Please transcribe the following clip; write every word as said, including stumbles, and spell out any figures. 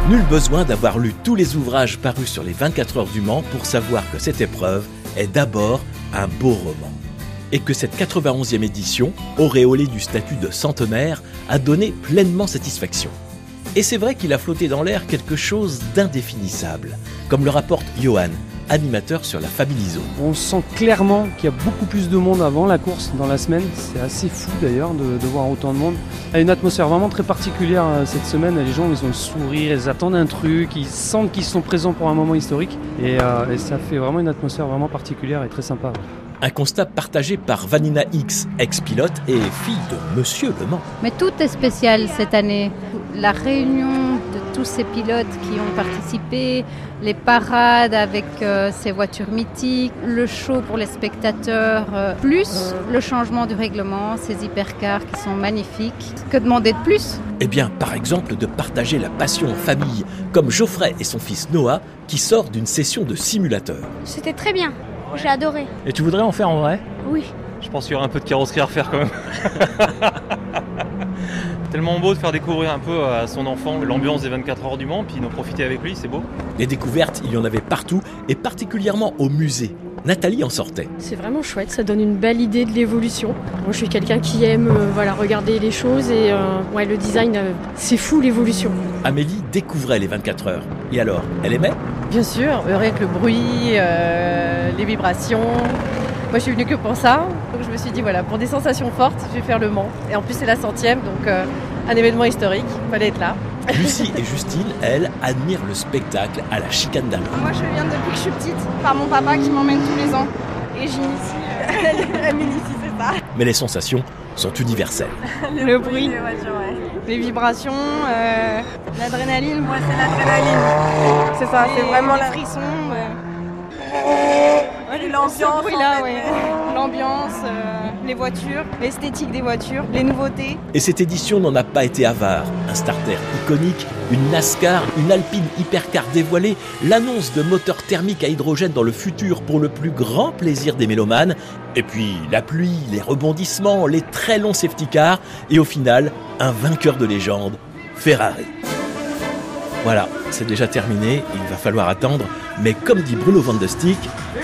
Nul besoin d'avoir lu tous les ouvrages parus sur les vingt-quatre heures du Mans pour savoir que cette épreuve est d'abord un beau roman. Et que cette quatre-vingt-onzième édition, auréolée du statut de centenaire, a donné pleinement satisfaction. Et c'est vrai qu'il a flotté dans l'air quelque chose d'indéfinissable, comme le rapporte Johan, animateur sur la Family Zone. On sent clairement qu'il y a beaucoup plus de monde avant la course dans la semaine. C'est assez fou d'ailleurs de, de voir autant de monde. Il y a une atmosphère vraiment très particulière cette semaine. Les gens, ils ont le sourire, ils attendent un truc, ils sentent qu'ils sont présents pour un moment historique. Et, euh, et ça fait vraiment une atmosphère vraiment particulière et très sympa. Un constat partagé par Vanina X, ex-pilote et fille de Monsieur Le Mans. Mais tout est spécial cette année. La réunion de tous ces pilotes qui ont participé, les parades avec euh, ces voitures mythiques, le show pour les spectateurs, euh, plus le changement du règlement, ces hypercars qui sont magnifiques. Que demander de plus ? Eh bien, par exemple, de partager la passion en famille, comme Geoffrey et son fils Noah, qui sort d'une session de simulateur. C'était très bien. J'ai adoré. Et tu voudrais en faire en vrai ? Oui. Je pense qu'il y aura un peu de carrosserie à refaire quand même. Tellement beau de faire découvrir un peu à son enfant l'ambiance des vingt-quatre heures du Mans, puis d'en profiter avec lui, c'est beau. Les découvertes, il y en avait partout, et particulièrement au musée. Nathalie en sortait. C'est vraiment chouette, ça donne une belle idée de l'évolution. Moi je suis quelqu'un qui aime euh, voilà, regarder les choses et euh, ouais, le design, euh, c'est fou l'évolution. Amélie découvrait les vingt-quatre heures. Et alors, elle aimait ? Bien sûr, rien que le bruit, euh, les vibrations. Moi je suis venue que pour ça, donc je me suis dit voilà, pour des sensations fortes, je vais faire le Mans. Et en plus c'est la centième, donc euh, un événement historique, il fallait être là. Lucie et Justine, elles, admirent le spectacle à la chicane d'Alain. Moi je viens depuis que je suis petite, par mon papa qui m'emmène tous les ans. Et j'initie, elle m'initie, c'est ça. Mais les sensations sont universelles. Le, le bruit, les, voitures, ouais. Les vibrations, euh, l'adrénaline. Moi c'est l'adrénaline. C'est ça, c'est vraiment la frisson. Euh... Ouais, l'ambiance, là, ouais. L'ambiance, euh, les voitures, l'esthétique des voitures, les nouveautés. Et cette édition n'en a pas été avare. Un starter iconique, une NASCAR, une Alpine hypercar dévoilée, l'annonce de moteurs thermiques à hydrogène dans le futur pour le plus grand plaisir des mélomanes, et puis la pluie, les rebondissements, les très longs safety cars, et au final, un vainqueur de légende, Ferrari. Voilà, c'est déjà terminé, il va falloir attendre, mais comme dit Bruno Van de Stick,